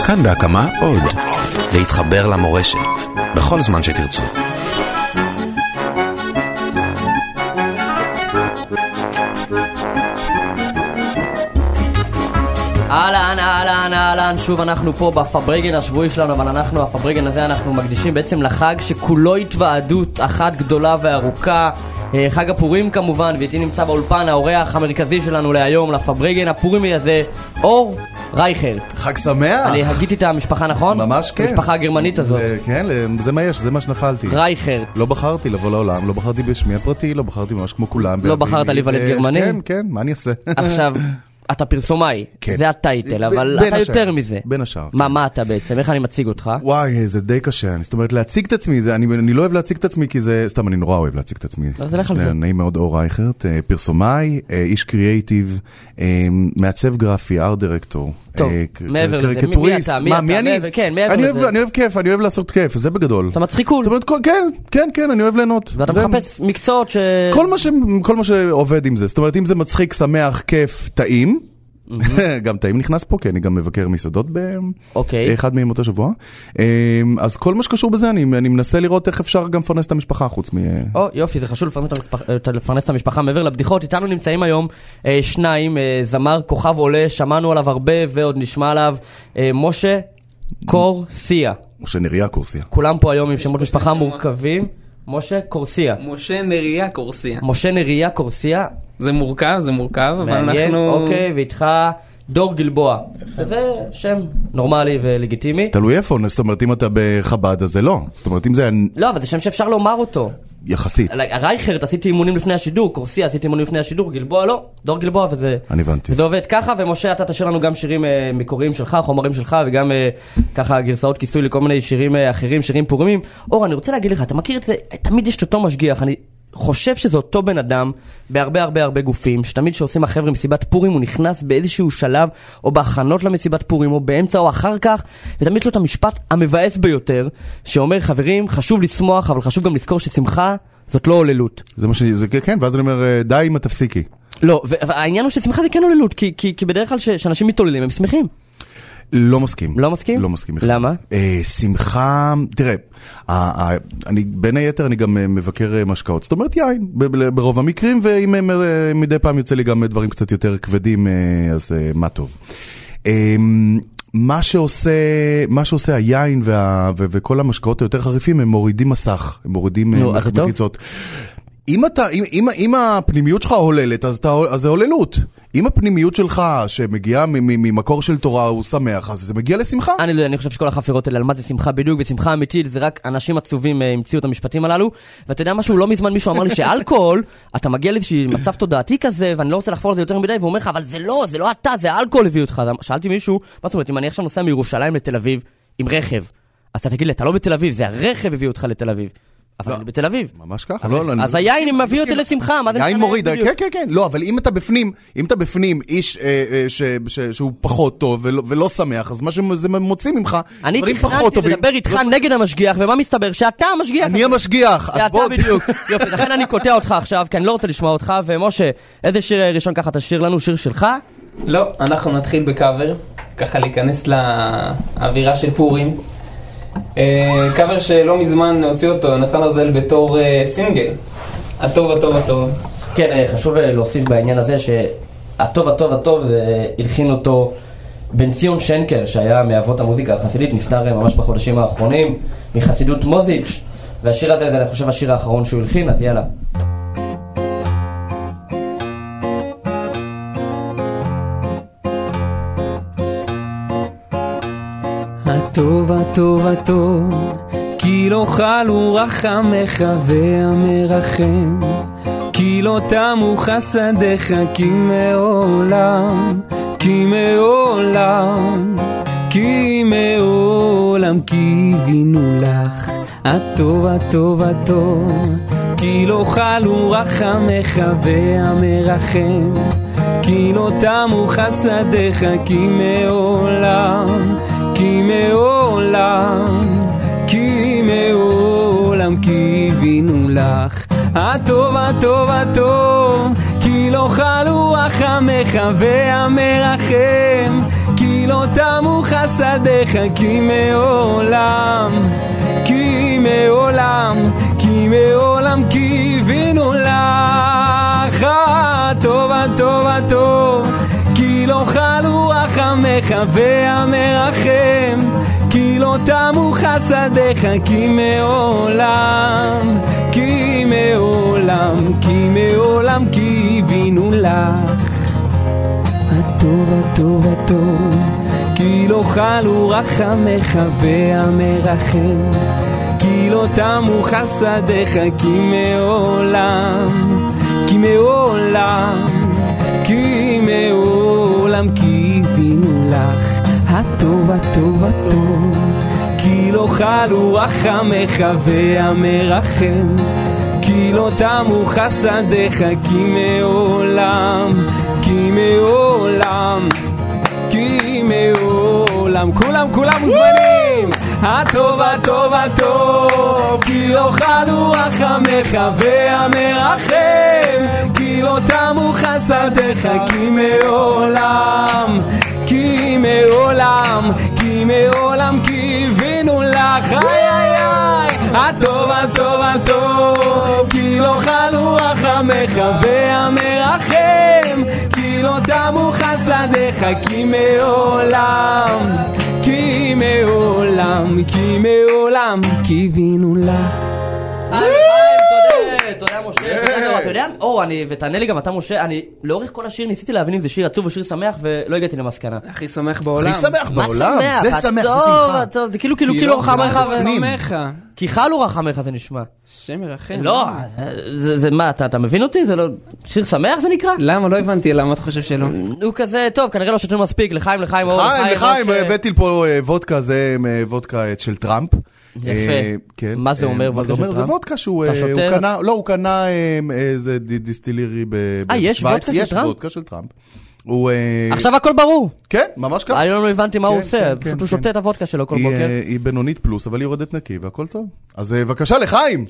כאן בהקמה עוד. להתחבר למורשת, בכל זמן שתרצו. אהלן, שוב אנחנו פה בפברגן השבועי שלנו, אבל הפברגן הזה אנחנו מקדישים בעצם לחג שכולו התוועדות אחת גדולה וארוכה, חג הפורים כמובן, ואיתי נמצא באולפן האורח המרכזי שלנו להיום, לפברגן הפורימי הזה, אור רייכרט. חג שמח. אני הגיתי את המשפחה נכון? ממש כן. המשפחה הגרמנית הזאת. כן, זה מה יש, זה מה שנפלתי. רייכרט. לא בחרתי לבוא לעולם, לא בחרתי בשמי הפרטי, לא בחרתי ממש כמו כולם. לא בחרת להיוולד גרמני? כן, מה אני אעשה? עכשיו, אתה פרסומאי, כן. זה הטייטל, אבל אתה יותר מזה. בין השאר. מה אתה בעצם? איך אני מציג אותך? וואי, זה די קשה. זאת אומרת, להציג את עצמי, אני לא אוהב להציג את עצמי, כי זה, סתם, אני נורא אוהב להציג את עצמי. אז לך על זה. נעים מאוד, אור רייכרט, פרסומאי, איש קריאייטיב, מעצב גרפי, ארט דירקטור. טוב, מעבר לזה, מי אתה? מי אני? כן, מעבר לזה. אני אוהב כיף, אני אוהב לעשות כיף, זה בגדול. אתה מצחיקול. זאת אומרת, כן, אני אוהב ליהנות. ואתה מחפש מקצועות ש... כל מה שעובד עם זה. זאת אומרת, אם זה מצחיק, שמח, כיף, טעים, גם טעים נכנס פה, כי אני גם מבקר מסעדות באחד מהם אותו שבוע. אז כל מה שקשור בזה, אני מנסה לראות איך אפשר גם לפרנס את המשפחה חוץ מ... יופי, זה חשוב לפרנס את המשפחה מעבר לבדיחות. איתנו נמצאים היום שניים, זמר כוכב עולה, שמענו עליו הרבה ועוד נשמע עליו, משה קורסיה. משה נריה קורסיה. כולם פה היום עם שמות משפחה מורכבים. משה קורסיה. משה נריה קורסיה. משה נריה קורסיה. זה מורכב, אבל מעניין, אנחנו... אוקיי, ואיתך דור גלבוע. שזה שם נורמלי ולגיטימי. תלוי איפה, זאת אומרת, אם אתה בחב"ד, אז זה לא. זאת אומרת, אם זה... לא, אבל זה שם שאפשר לומר אותו. יחסית. רייכרט, עשיתי אימונים לפני השידור, קורסיה, עשיתי אימונים לפני השידור, גלבוע לא, דור גלבוע, וזה... אני הבנתי. וזה עובד ככה, ומשה, אתה תשאיר לנו גם שירים מקוריים שלך, חומרים שלך, וגם ככה גרסאות כיסוי לכל מיני שירים אחרים, שירים פורימים. אור, אני רוצה להגיד לך, אתה מכיר את זה, תמיד יש אותו משגיח, אני חושב שזה אותו בן אדם, בהרבה גופים, שתמיד שעושים החבר'ה מסיבת פורים, הוא נכנס באיזשהו שלב, או בהכנות למסיבת פורים, או באמצע או אחר כך, ותמיד יש לו את המשפט המבאס ביותר, שאומר, חברים, חשוב לשמוח, אבל חשוב גם לזכור ששמחה זאת לא עוללות. זה מה שזה, כן, ואז אני אומר, די עם התפסיקי. לא, והעניין הוא ששמחה זה כן עוללות, כי בדרך כלל שאנשים מתעוללים, הם שמחים. לא מסכים. לא מסכים? לא מסכים. למה? שמחה, תראה, בין היתר אני גם מבקר משקאות, זאת אומרת יין, ברוב המקרים, ואם מדי פעם יוצא לי גם דברים קצת יותר כבדים, אז מה טוב. מה שעושה היין וכל המשקאות היותר חריפים, הם מורידים מסך, הם מורידים מחיצות. אם הפנימיות שלך הוללת, אז זה הוללות. אם הפנימיות שלך שמגיעה ממקור של תורה הוא שמח, אז זה מגיע לשמחה. אני חושב שכל החפירות האלה, על מה זה שמחה בדיוק ושמחה אמיתית, זה רק אנשים עצובים המציאו את המשפטים הללו. ואתה יודע משהו, לא מזמן מישהו אמר לי שאלכוהול, אתה מגיע לאיזושהי מצב תודעתי כזה, ואני לא רוצה לחפור על זה יותר מדי, והוא אומר לך, אבל זה לא אתה, זה האלכוהול הביא אותך. שאלתי מישהו, מה זאת אומרת, אם אני עכשיו נוסע מירושלים לתל אביב עם רכב, אז אתה תגיד לי, אתה לא בתל אביב, זה הרכב הביא אותך לתל אביב. אבל אני בתל אביב. ממש ככה. אז היין מביא אותי לשמחה, מה זה משנה? יין מוריד, כן. לא, אבל אם אתה בפנים איש שהוא פחות טוב ולא שמח, אז מה שזה מוציא ממך, דברים פחות טובים. אני תכננתי לדבר איתך נגד המשגיח, ומה מסתבר? שאתה המשגיח. אני המשגיח. שאתה בדיוק. יופי, לכן אני קוטע אותך עכשיו, כי אני לא רוצה לשמוע אותך, ומשה, איזה שיר ראשון ככה תשאיר לנו? שיר שלך? לא, אנחנו נתחיל בקאבר, ככה להיכנס לאווירה של פורים. קאבר שלא מזמן הוציא אותו, נתן רזל בתור סינגל, הטוב. כן, חשוב להוסיף בעניין הזה שהטוב הלחין אותו בן ציון שנקר, שהיה מאבות המוזיקה החסידית, נפטר ממש בחודשים האחרונים מחסידות מוזיץ', והשיר הזה זה אני חושב השיר האחרון שהוא הלחין, אז יאללה. הטוב, כי לא חלו רחמך והמרחם, כי לא תמו חסדיך, כי מעולם, קיווינו לך. הטוב, כי לא חלו רחמך והמרחם, כי לא תמו חסדיך, כי מעולם קיווינו לך. הטוב, כי לא חלו רחמך והמרחם, כי לא תמו חסדיך כי מעולם קיווינו לך הטוב הטוב הטוב כי לא חלו רחמך והמרחם כי לא תמו חסדיך כי מעולם קיווינו לך הטוב הטוב הטוב כי לא חלו רחמך והמרחם כי לא תמו חסדיך כי מעולם קיווינו לך הטוב הטוב הטוב כי לא חלו רחמך והמרחם כי לא תמו חסדיך כי מעולם כולם מוזמנים הטוב הטוב הטוב כי לא חלו רחמך והמרחם כי לא תמו חסדיך כי מעולם קיווינו לך הטוב הטוב הטוב כי לא חלו רחמך והמרחם כי לא תמו חסדיך כי מעולם קיווינו לך. תודה משה, אתה יודע, אור, ותענה לי גם אתה משה, אני לאורך כל השיר ניסיתי להבין אם זה שיר עצוב או שיר שמח ולא הגעתי למסקנה. הכי שמח בעולם. הכי שמח בעולם, זה שמח, זה שמחה. זה כאילו רחמך ורחמך. כי חלו רחמך זה נשמע. שם ירחם. לא, זה מה, אתה מבין אותי? זה לא שיר שמח זה נקרא? למה? לא הבנתי, למה אתה חושב שלא? הוא כזה, טוב, כנראה לא שתנו מספיק, לחיים, אור, לחיים, הבאתי פה וודקה, זה וודקה של טראמפ. יפה. מה זה אומר? מה זה אומר? זה וודקה שהוא קנה, לא, הוא קנה איזה דיסטילרי בשוויץ. יש וודקה של טראמפ? יש וודקה של טראמפ. עכשיו הכל ברור. כן, ממש ככה. אני לא הבנתי מה הוא עושה, פשוט הוא שותה את הוודקה שלו כל בוקר. היא בינונית פלוס, אבל היא יורדת נקי והכל טוב. אז בבקשה, לחיים.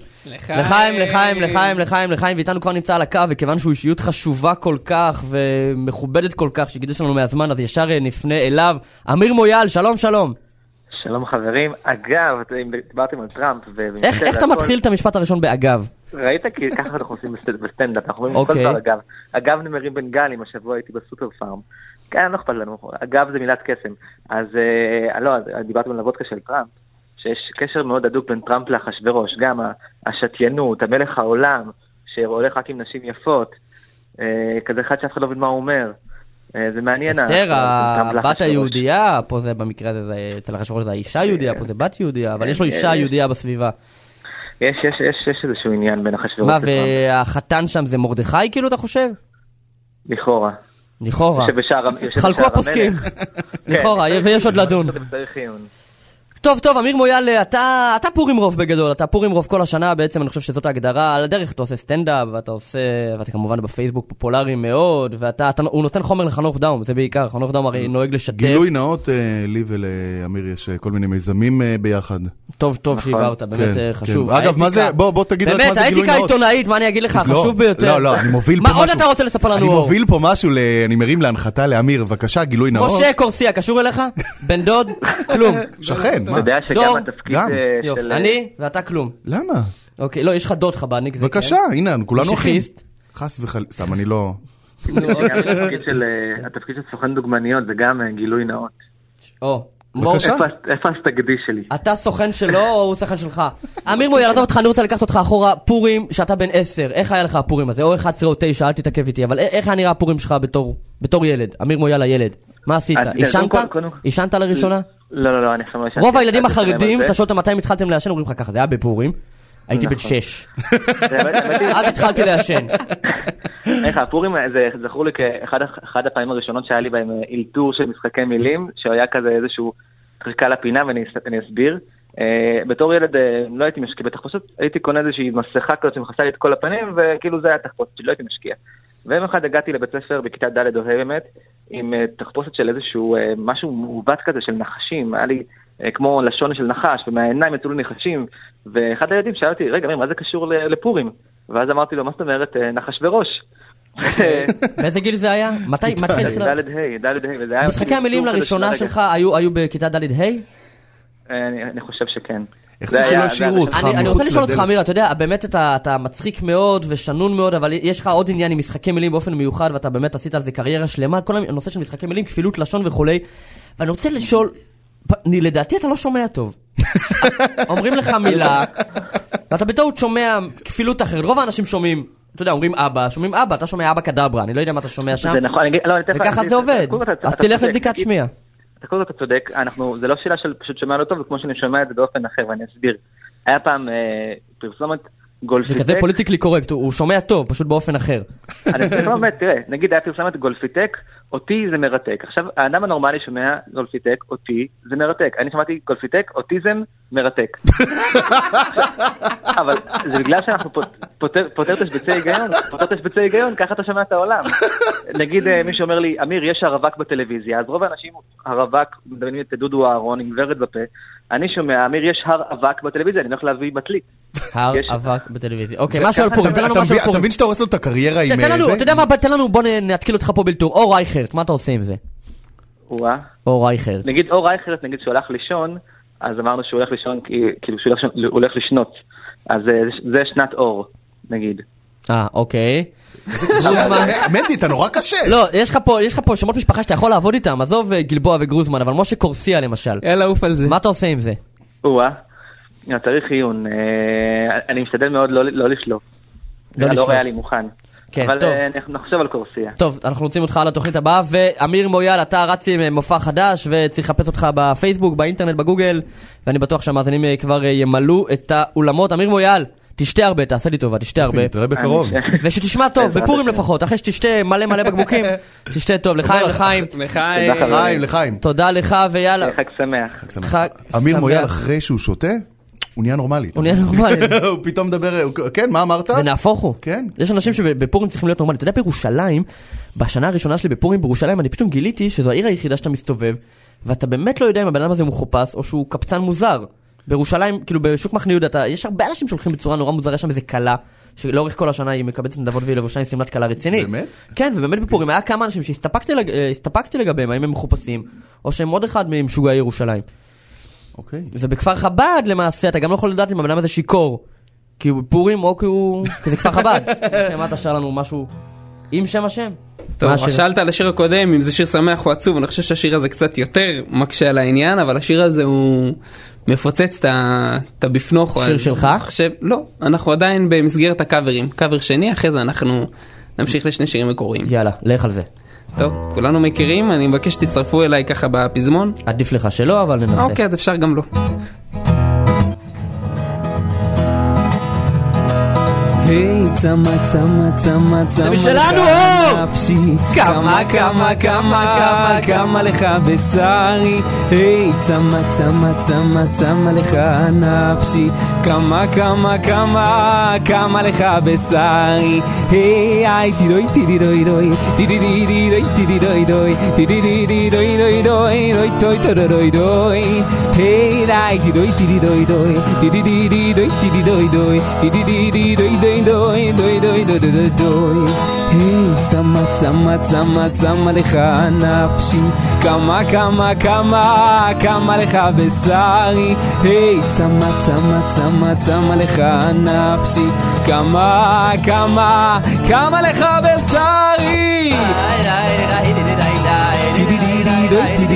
לחיים, ואיתנו כבר נמצא על הקו, וכיוון שהוא אישיות חשובה כל כך ומכובדת כל כך, שקידש לנו מהזמן, אז ישר נפנה אליו. אמיר מויאל, שלום. שלום חברים. אגב, דיברתם על טראמפ. איך אתה מתחיל את המשפט הראשון באגב? ראית? כי ככה אנחנו עושים בסטנדאפ, אנחנו אומרים כל דבר אגב. אגב נמרים בנגלים, השבוע הייתי בסופר פארם. כן, לא אכפת לנו. אגב זה מילת קסם. אז לא, דיברתם על הוודקה של טראמפ, שיש קשר מאוד הדוק בין טראמפ לאחשוורוש, גם השתיינות, המלך העולם, שהולך רק עם נשים יפות, כזה אחד שאף אחד לא מבין מה הוא אומר. זה מעניין. אסתר, הבת היהודייה, פה זה במקרה הזה, אצל אחשוורוש זה האישה היהודייה, פה זה בת יהודייה, אבל יש לו אישה יהודייה בסביבה. יש איזשהו עניין בין אחשוורוש. מה, והחתן שם זה מרדכי כאילו אתה חושב? לכאורה. חלקו הפוסקים. לכאורה, ויש עוד לדון. טוב, אמיר מויאל, אתה פורים רוב בגדול, אתה פורים רוב כל השנה, בעצם אני חושב שזאת ההגדרה, על הדרך אתה עושה סטנדאפ, ואתה כמובן בפייסבוק פופולרי מאוד, הוא נותן חומר לחנוך דאום, זה בעיקר, חנוך דאום הרי נוהג לשתף. גילוי נאות, לי ולאמיר יש כל מיני מיזמים ביחד. טוב שהבהרת, באמת חשוב. אגב, מה זה, בוא תגיד רק מה זה גילוי נאות. באמת, האתיקה העיתונאית, מה אני אגיד לך, חשוב ביותר. לא, אני מוביל פה משהו. מה עוד אתה רוצה לספר לנו? אני מוביל פה משהו, אני מרים להנחתה לאמיר, בבקשה, גילוי נאות. משה קורסיה, קשור אליך? בן דוד? כלום. שכן, אתה יודע שגם התפקיד של... אני ואתה כלום. למה? אוקיי, לא, יש לך דוד חבדניק. בבקשה, הנה, כולנו אחים. משיחיסט. חס וחלילה, סתם, אני לא... התפקיד של סוכן דוגמניות זה גם גילוי נאות. איפה הסתגדי שלי? אתה סוכן שלו או הוא סוכן שלך? אמיר מויאל, עזוב אותך, אני רוצה לקחת אותך אחורה, פורים שאתה בן 10, איך היה לך הפורים הזה? או 11 או 9, אל תתעכב איתי, אבל איך היה נראה הפורים שלך בתור ילד? אמיר מויאל הילד. מה עשית? ישנת לראשונה? לא, אני חושב... רוב הילדים החרדים, אתה שואל אותם מתי התחלתם לעשן, אומרים לך ככה, זה היה בפורים, הייתי בן 6. אז התחלתי לעשן. איך, הפורים זכור לי כאחד הפעמים הראשונות שהיה לי בהם אילתור של משחקי מילים, שהיה כזה איזשהו חריקה לפינה, ואני אסביר. בתור ילד לא הייתי משקיע, בתחפושות הייתי קונה איזושהי מסכה כזאת שמכסה לי את כל הפנים, וכאילו זה היה תחפושת שלא הייתי משקיע. ויום אחד הגעתי לבית ספר בכיתה ד' או ה' באמת, עם תחפושת של איזשהו משהו מעוות כזה של נחשים, היה לי כמו לשון של נחש, ומהעיניים יצאו לי נחשים, ואחד הילדים שאל אותי, רגע, מה זה קשור לפורים? ואז אמרתי לו, מה זאת אומרת, נחש וראש? באיזה גיל זה היה? מתי התחיל? ד' ה'. משחקי המילים לראשונה שלך היו בכיתה ד' ה'? אני חושב שכן. איך זה שלא השאירו אותך? אני רוצה לשאול אותך, אמיר, אתה יודע, באמת אתה מצחיק מאוד ושנון מאוד, אבל יש לך עוד עניין עם משחקי מילים באופן מיוחד, ואתה באמת עשית על זה קריירה שלמה, כל הנושא של משחקי מילים, כפילות לשון וכולי, ואני רוצה לשאול, לדעתי אתה לא שומע טוב. אומרים לך מילה, ואתה בטעות שומע כפילות אחרת, רוב האנשים שומעים, אתה יודע, אומרים אבא, שומעים אבא, אתה שומע אבא כדברה, אני לא יודע מה אתה שומע שם, וככה זה עובד, אז תלך לבדיקת שמיעה. אתה צודק, זה לא שאלה של פשוט שומע לא טוב, וכמו שאני שומע את זה באופן אחר, ואני אסביר. היה פעם פרסומת גולפיטק. זה כזה פוליטיקלי קורקט, הוא שומע טוב, פשוט באופן אחר. אני חושב באמת, תראה, נגיד היה פרסומת גולפיטק, אותי זה מרתק. עכשיו, האדם הנורמלי שומע גולפיטק, אותי זה מרתק. אני שמעתי גולפיטק, אוטיזם, מרתק. אבל זה בגלל שאנחנו פותר תשבצי היגיון, ככה אתה שומע את העולם. נגיד מי שאומר לי, אמיר, יש הרווק בטלוויזיה, אז רוב האנשים, הרווק, מדברים את דודו אהרון עם גברת בפה, אני שומע, אמיר, יש הר אבק בטלוויזיה, אני הולך להביא בתליק. הר אבק בטלוויזיה. אוקיי, משהו על פורים, תן לנו משהו על פורים. אתה מבין שאתה הורס לו את הקריירה עם זה? אתה יודע מה, תן לנו, בוא נתקיל אותך פה בלתור. אור רייכרט, מה אתה עושה עם זה? אור רייכרט. נגיד אור רייכרט, נגיד שהוא הולך לישון, אז אמרנו שהוא הולך לישון, כאילו שהוא הולך לשנות. אז זה שנת אור, נגיד. אוקיי. מנדי, אתה נורא קשה. לא, יש לך פה שמות משפחה שאתה יכול לעבוד איתם, עזוב גלבוע וגרוזמן, אבל משה קורסיה למשל. יאללה, עוף על זה. מה אתה עושה עם זה? צריך עיון. אני משתדל מאוד לא לשלוף. לא רואה לי מוכן. אבל נחשב על קורסיה. טוב, אנחנו רוצים אותך על התוכנית הבאה, ואמיר מויאל, אתה רץ עם מופע חדש, וצריך לחפש אותך בפייסבוק, באינטרנט, בגוגל, ואני בטוח שהמאזינים כבר ימלאו את האולמות. אמיר מויאל, תשתה הרבה, תעשה לי טובה, תשתה הרבה. נתראה בקרוב. ושתשמע טוב, בפורים לפחות, אחרי שתשתה מלא בקבוקים, תשתה טוב, לחיים. תודה לך ויאללה. חג שמח. אמיר מויאל אחרי שהוא שותה, הוא נהיה נורמלי. הוא פתאום מדבר, כן, מה אמרת? ונהפוך הוא. כן. יש אנשים שבפורים צריכים להיות נורמלי. אתה יודע, בירושלים, בשנה הראשונה שלי בפורים בירושלים, אני פתאום גיליתי שזו העיר היחידה שאתה מסתובב, ואתה באמת לא יודע אם הבן אדם הזה הוא מחופש, או שהוא קפצן מוזר. בירושלים, כאילו בשוק מחנה יהודה, יש הרבה אנשים שהולכים בצורה נורא מוזרה, יש שם איזה קלה, שלאורך כל השנה היא מקבצת נדבות והיא לבושה עם סמלת קלה רצינית. באמת? כן, ובאמת בפורים היה כמה אנשים שהסתפקתי לגביהם, האם הם מחופשים, או שהם עוד אחד ממשוגעי ירושלים. אוקיי. זה בכפר חב"ד למעשה, אתה גם לא יכול לדעת אם הבן אדם הזה שיקור, כי הוא בפורים או כי זה כפר חב"ד. מה אתה שר לנו משהו עם שם השם? טוב, שאלת על השיר הקודם, אם זה שיר שמח או עצוב, אני חושב שהשיר הזה קצת יותר מקשה על העניין, אבל השיר הזה הוא מפוצץ את הבפנוך. שיר שלך? לא, אנחנו עדיין במסגרת הקאברים. קאבר שני, אחרי זה אנחנו נמשיך לשני שירים מקוריים. יאללה, לך על זה. טוב, כולנו מכירים, אני מבקש שתצטרפו אליי ככה בפזמון. עדיף לך שלא, אבל ננסה. אוקיי, אז אפשר גם לא. היי, צמה, צמה, צמה, צמה. זה משלנו, אור! כמה, כמה, כמה, כמה לך בשרי. היי, צמה, צמה, צמה, צמה לך נפשי. כמה, כמה, כמה, כמה לך בשרי. היי, איי, תידוי, תידוי, דוי, תידוי, תידוי, תידוי, דוי, תידוי, תידוי, דוי, דוי, דוי, דוי, דוי, דוי. היי, איי, תידוי, תידוי, דוי, תידוי, תידוי, תידוי, דוי, תידוי, תידוי, דוי, דוי דוי דוי דוי דוי דוי. היי, צמה צמה צמה צמה לך נפשי. כמה כמה כמה כמה לך בשרי. היי, צמה צמה צמה צמה לך נפשי. כמה כמה כמה לך בשרי. היי,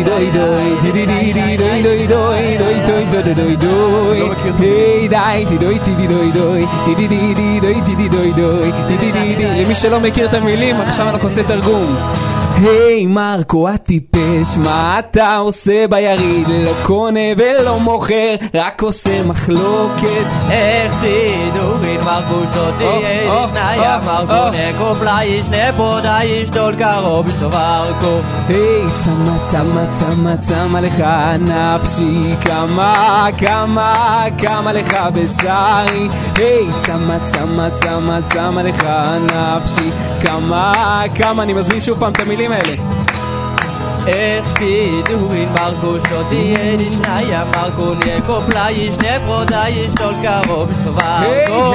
די, תידוי, תידוי, דוי, תידוי, דוי. למי שלא מכיר את המילים, עכשיו אנחנו עושה תרגום. היי מרקו הטיפש, מה אתה עושה ביריד? לא קונה ולא מוכר, רק עושה מחלוקת. איך תדורין מרקו שתותי ישניה מרקו נקוף לה ישנה פודה ישתול קרוב ישתוברקו. היי צמה צמה צמה צמה לך נפשי. כמה כמה כמה לך בשרי. היי צמה צמה צמה צמה לך נפשי. כמה כמה. אני מזמין שוב פעם את המילים האלה. Durin Marco Shotti di Schneier Marco Nieko Plai Schnebrodai Stolkaro Bisvarko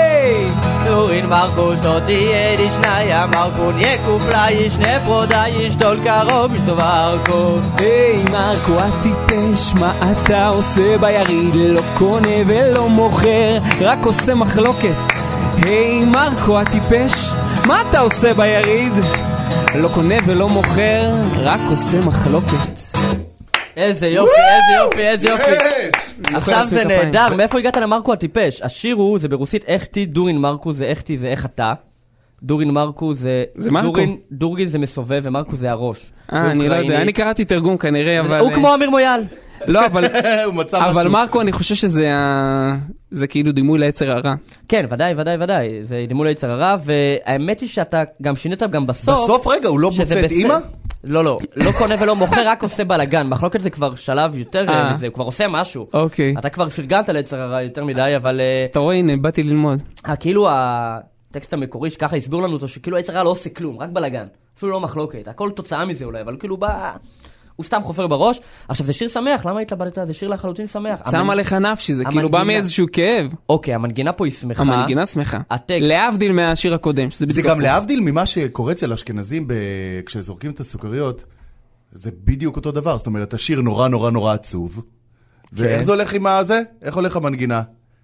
Durin Marco Shotti di Schneier Marco Nieko Plai Schnebrodai Stolkaro Bisvarko היי מרקו הטיפש מה אתה עושה ביריד לא קונה ולא מוכר רק עושה מחלוקת היי מרקו הטיפש מה אתה עושה ביריד לא קונה ולא מוכר, רק עושה מחלוקת. איזה יופי, איזה יופי. עכשיו זה נהדר, מאיפה הגעת למרקו הטיפש? השיר הוא, זה ברוסית איכתי, דורין מרקו זה איכתי, זה איך אתה. דורין מרקו זה... דורגין זה מסובב ומרקו זה הראש. אני לא יודע, אני קראתי תרגום כנראה, אבל... הוא כמו אמיר מויאל. לא, אבל מרקו אני חושב שזה כאילו דימוי ליצר הרע. כן, ודאי, זה דימוי ליצר הרע, והאמת היא שאתה גם שינית גם בסוף. בסוף רגע, הוא לא מוצא את אמא? לא קונה ולא מוכר, רק עושה בלגן. מחלוקת זה כבר שלב יותר מזה, הוא כבר עושה משהו. אוקיי. אתה כבר פרגנת ליצר הרע יותר מדי, אבל... אתה רואה, הנה, באתי ללמוד. כאילו הטקסט המקורי שככה הסביר לנו אותו, שכאילו היצר הרע לא עושה כלום, רק בלגן. אפילו לא מחלוקת, הכל תוצאה מזה אולי, אבל כאילו בא... הוא סתם חופר בראש. עכשיו, זה שיר שמח, למה התלבטת? זה שיר לחלוטין שמח. שם עליך נפשי, זה כאילו בא מאיזשהו כאב. אוקיי, המנגינה פה היא שמחה. המנגינה שמחה. להבדיל מהשיר הקודם. זה גם להבדיל ממה שקורה אצל אשכנזים כשזורקים את הסוכריות, זה בדיוק אותו דבר. זאת אומרת, השיר נורא נורא נורא עצוב. ואיך זה הולך עם הזה? איך הולך המנגינה?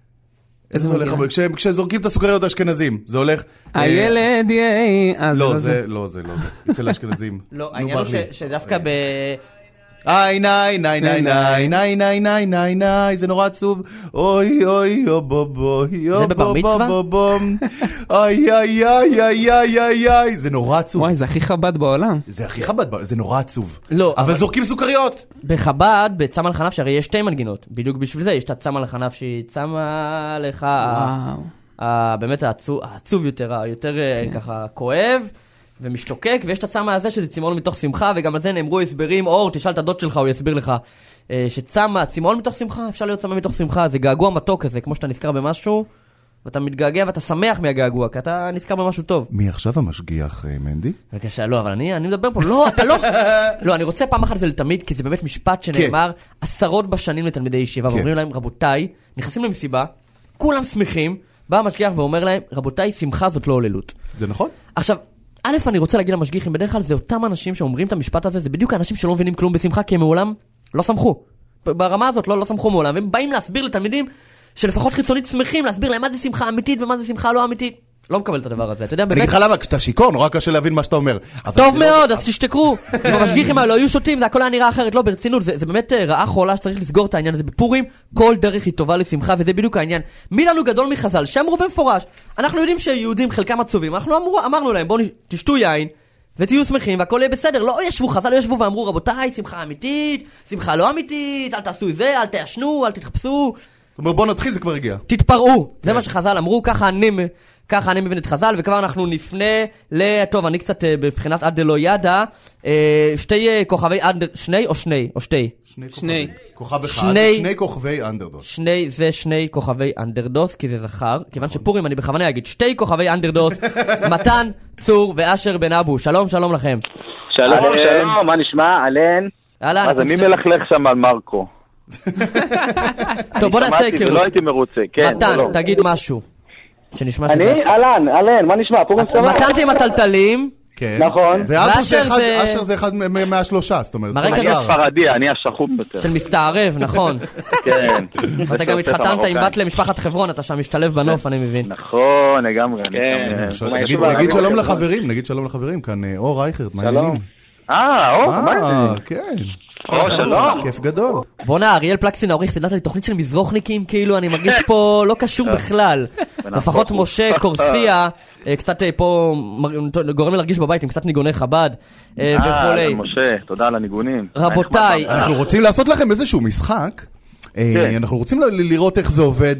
כשזורקים את הסוכריות האשכנזים, זה הולך... הילד יאי... לא, זה. אצל האשכנזים. לא, העניין הוא שדווקא ב... איי, ניי, ניי, ניי, ניי, ניי, ניי, ניי, ניי, ניי, זה נורא עצוב. אוי, אוי, אוי, בואי, זה בבר מצווה? איי, איי, איי, איי, איי, איי, איי, זה נורא עצוב. וואי, זה הכי חב"ד בעולם. זה הכי חב"ד בעולם, זה נורא עצוב. לא. אבל זורקים סוכריות. בחב"ד, בצמא לך נפשי, הרי יש שתי מנגינות. בדיוק בשביל זה, יש את הצמא לך נפשי, צמא לך... וואו. באמת העצוב יותר, היותר ככה כואב. ומשתוקק, ויש את הצמא הזה שזה צימאון מתוך שמחה, וגם על זה נאמרו הסברים, אור, תשאל את הדוד שלך, הוא יסביר לך, שצמא, צימאון מתוך שמחה, אפשר להיות צמא מתוך שמחה, זה געגוע מתוק כזה, כמו שאתה נזכר במשהו, ואתה מתגעגע ואתה שמח מהגעגוע, כי אתה נזכר במשהו טוב. מי עכשיו המשגיח, מנדי? בבקשה, לא, אבל אני מדבר פה, לא, אתה לא, לא, אני רוצה פעם אחת ולתמיד, כי זה באמת משפט שנאמר עשרות בשנים לתלמידי ישיבה, ואומרים להם, רבותיי, נכנסים למסיבה, כולם שמחים, בא המשגיח ואומר להם, רבותיי, שמחה זאת לא הוללות. זה נכון? עכשיו, א', אני רוצה להגיד למשגיחים, בדרך כלל זה אותם אנשים שאומרים את המשפט הזה, זה בדיוק האנשים שלא מבינים כלום בשמחה, כי הם מעולם לא שמחו. ברמה הזאת לא שמחו מעולם, והם באים להסביר לתלמידים שלפחות חיצונית שמחים, להסביר להם מה זה שמחה אמיתית ומה זה שמחה לא אמיתית. לא מקבל את הדבר הזה, אתה יודע, באמת... אני אגיד לך למה, כשאתה שיקור, נורא קשה להבין מה שאתה אומר. טוב מאוד, אז תשתקרו. אם המשגיחים האלה היו שותים, זה הכל היה נראה אחרת, לא ברצינות, זה באמת רעה חולה שצריך לסגור את העניין הזה בפורים, כל דרך היא טובה לשמחה, וזה בדיוק העניין. מי לנו גדול מחז"ל, שאמרו במפורש, אנחנו יודעים שיהודים חלקם עצובים, אנחנו אמרנו להם, בואו תשתו יין, ותהיו שמחים, והכל יהיה בסדר. לא ישבו, חז"ל לא ישבו ואמרו, רבותיי, שמחה אמיתית, שמחה לא אמיתית, אל תעשו את זה, אל תעשנו, אל תתחפשו. זאת אומרת, בוא נתחיל, זה כבר הגיע. תתפרעו. זה מה שחז"ל אמרו, ככה אני מבין את חז"ל, וכבר אנחנו נפנה טוב, אני קצת בבחינת עד דלא ידע, שתי כוכבי אנדר, שני או שני? או שתי? שני. כוכב אחד, שני כוכבי אנדרדוס. זה שני כוכבי אנדרדוס, כי זה זכר, כיוון שפורים אני בכוונה אגיד, שתי כוכבי אנדרדוס, מתן, צור ואשר בן אבו. שלום, שלום לכם. שלום, מה נשמע? אלן? אז מי מלכלך שם על מרקו? טוב, בוא נעשה היכרות. לא הייתי מרוצה, כן. מתן, תגיד משהו. שנשמע שזה... אני? אלן, מה נשמע? מתן זה עם הטלטלים. כן. נכון. ואשר זה אחד מהשלושה, זאת אומרת. אני הספרדי, אני השחום יותר. של מסתערב, נכון. כן. ואתה גם התחתנת עם בת למשפחת חברון, אתה שם משתלב בנוף, אני מבין. נכון, לגמרי. נגיד שלום לחברים, כאן אור רייכרד, מה העניינים? אור, מה זה? כן. שלום. כיף גדול. בוא'נה, אריאל פלקסין העורך סידרת לי תוכנית של מזרוחניקים, כאילו אני מרגיש פה לא קשור בכלל. לפחות משה קורסיה, קצת פה גורם לי להרגיש בבית עם קצת ניגוני חב"ד וכולי. משה, תודה על הניגונים. רבותיי, אנחנו רוצים לעשות לכם איזשהו משחק. אנחנו רוצים לראות איך זה עובד,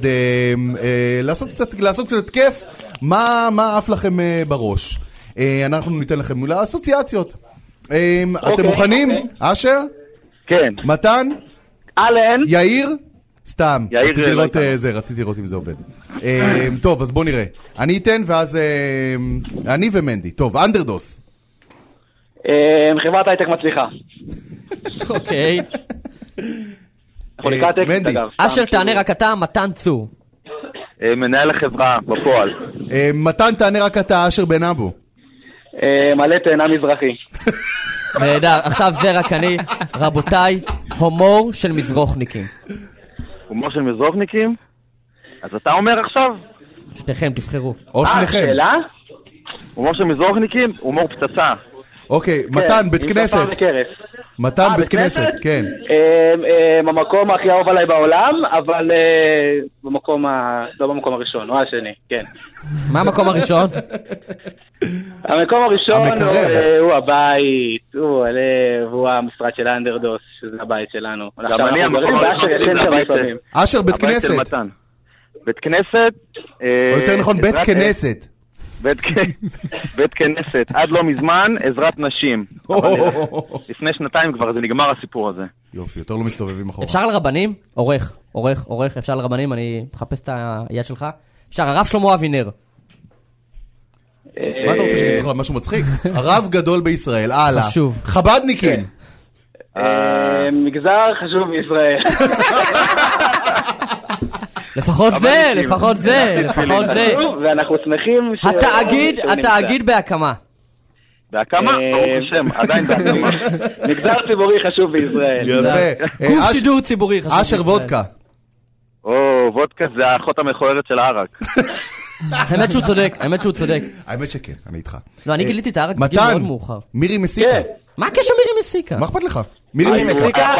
לעשות קצת כיף, מה עף לכם בראש. אנחנו ניתן לכם אסוציאציות. אתם מוכנים? אשר? כן. מתן? אלן? יאיר? סתם. רציתי לראות אם זה עובד. טוב, אז בוא נראה. אני אתן ואז... אני ומנדי. טוב, אנדרדוס. חברת הייטק מצליחה. אוקיי. אנחנו לקראת אקזיט אגב. אשר תענה רק אתה, מתן צור. מנהל החברה בפועל. מתן תענה רק אתה, אשר בן אבו. מלא תאנה מזרחי. נהדר, עכשיו זה רק אני. רבותיי, הומור של מזרוחניקים. הומור של מזרוחניקים? אז אתה אומר עכשיו? שתיכם, תבחרו. או שניכם. שאלה? הומור של מזרוחניקים? הומור פצצה. אוקיי, מתן, בית כנסת. מתן, בית כנסת, כן. המקום הכי אהוב עליי בעולם, אבל לא במקום הראשון, או השני, כן. מה המקום הראשון? המקום הראשון הוא הבית, הוא הלב, הוא המשרד של האנדרדוס, שזה הבית שלנו. גם אני המקום הראשון, אשר, בית כנסת. בית כנסת. או יותר נכון, בית כנסת. בית כנסת, עד לא מזמן, עזרת נשים. לפני שנתיים כבר, זה נגמר הסיפור הזה. יופי, יותר לא מסתובבים אחורה. אפשר על רבנים? עורך, אפשר על רבנים, אני מחפש את היד שלך. אפשר, הרב שלמה אבינר. מה אתה רוצה שגיד לך משהו מצחיק? הרב גדול בישראל, הלאה. חשוב. חבדניקים. מגזר חשוב בישראל. לפחות זה. ואנחנו שמחים התאגיד בהקמה. בהקמה? ברוך השם, עדיין בהקמה. מגזר ציבורי חשוב בישראל. יפה. גוף שידור ציבורי חשוב בישראל. אשר וודקה. וודקה זה האחות המכוערת של הערק. האמת שהוא צודק. האמת שכן, אני איתך. לא, אני גיליתי את הערק בגיל מאוד מאוחר. מירי מסיקה. מה הקשר מירי מסיקה? מה אכפת לך? מירי מסיקה.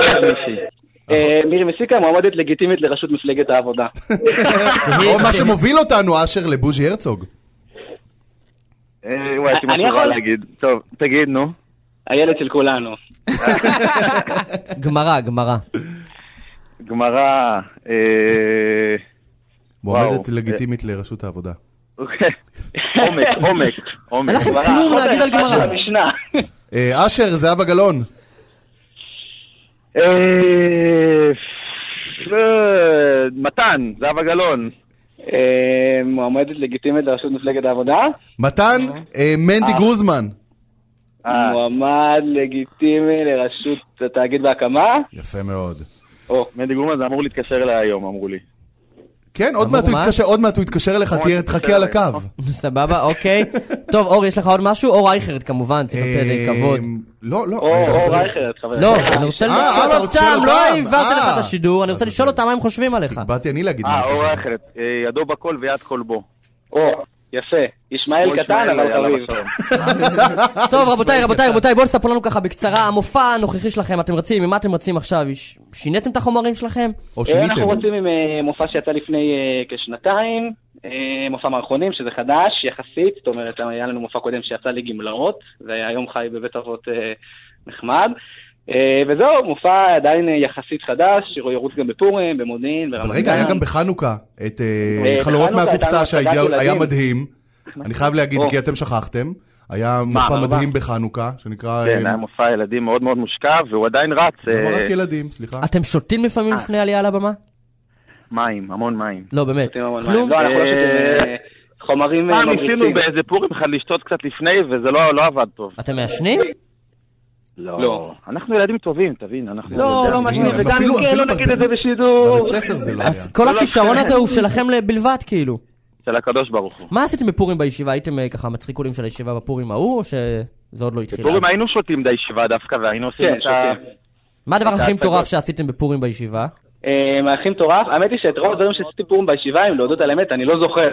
מירי מסיקה מועמדת לגיטימית לראשות מפלגת העבודה. או מה שמוביל אותנו, אשר, לבוז'י הרצוג. וואי, יש לי משהו רע להגיד. טוב, תגיד, נו. הילד של כולנו. גמרא. מועמדת לגיטימית לראשות העבודה. עומק. אין לכם כלום להגיד על גמרא. אשר, זהבה גלאון. מתן, זהבה גלאון. מועמדת לגיטימית לראשות מפלגת העבודה. מתן, מנדי גרוזמן. מועמד לגיטימי לראשות התאגיד בהקמה. יפה מאוד. מנדי גרוזמן זה אמור להתקשר אליה היום, אמרו לי. כן, עוד מעט הוא יתקשר אליך, תחכה על הקו. סבבה, אוקיי. טוב, אור, יש לך עוד משהו? אור רייכרד, כמובן, צריך לתת כבוד. לא. אור רייכרד, חבר. לא, אני רוצה לשאול אותם, לא העברת לך את השידור, אני רוצה לשאול אותם מה הם חושבים עליך. באתי אני להגיד מה אור רייכרד, ידו בכל ויד כל בו. יפה, ישמעאל קטן, אבל חביב. טוב, רבותיי, בואו נספר לנו ככה בקצרה, המופע הנוכחי שלכם, אתם רצים, ממה אתם רצים עכשיו? שיניתם את החומרים שלכם? או שיניתם? אנחנו רצים עם מופע שיצא לפני כשנתיים, מופע מערכונים, שזה חדש, יחסית, זאת אומרת, היה לנו מופע קודם שיצא לגמלאות, והיום חי בבית אבות נחמד. וזהו, מופע עדיין יחסית חדש, ירוץ גם בפורים, במודיעין, ברמת גן. אבל רגע, היה גם בחנוכה, את חלומות מהקופסה שהיה מדהים. אני חייב להגיד, כי אתם שכחתם. היה מופע מדהים בחנוכה, שנקרא... כן, היה מופע ילדים מאוד מאוד מושקע, והוא עדיין רץ. לא רק ילדים, סליחה. אתם שותים לפעמים לפני עלייה על הבמה? מים, המון מים. לא, באמת. כלום? לא, אנחנו לא שותים חומרים... ניסינו באיזה פורים אחד לשתות קצת לפני, וזה לא עבד טוב. אתם מעשנים? לא. אנחנו ילדים טובים, תבין. לא משנים, וגם כן, לא נגיד את זה בשידור. בבית ספר זה לא היה. אז כל הכישרון הזה הוא שלכם בלבד, כאילו. של הקדוש ברוך הוא. מה עשיתם בפורים בישיבה? הייתם ככה מצחיקולים של הישיבה בפורים ההוא, או שזה עוד לא התחיל? בפורים היינו שותים בישיבה דווקא, והיינו עושים את ה... מה הדבר הכי מטורף שעשיתם בפורים בישיבה? הכי מטורף, האמת היא שאת רוב הדברים שעשיתי פורים בישיבה, אם להודות על האמת, אני לא זוכר.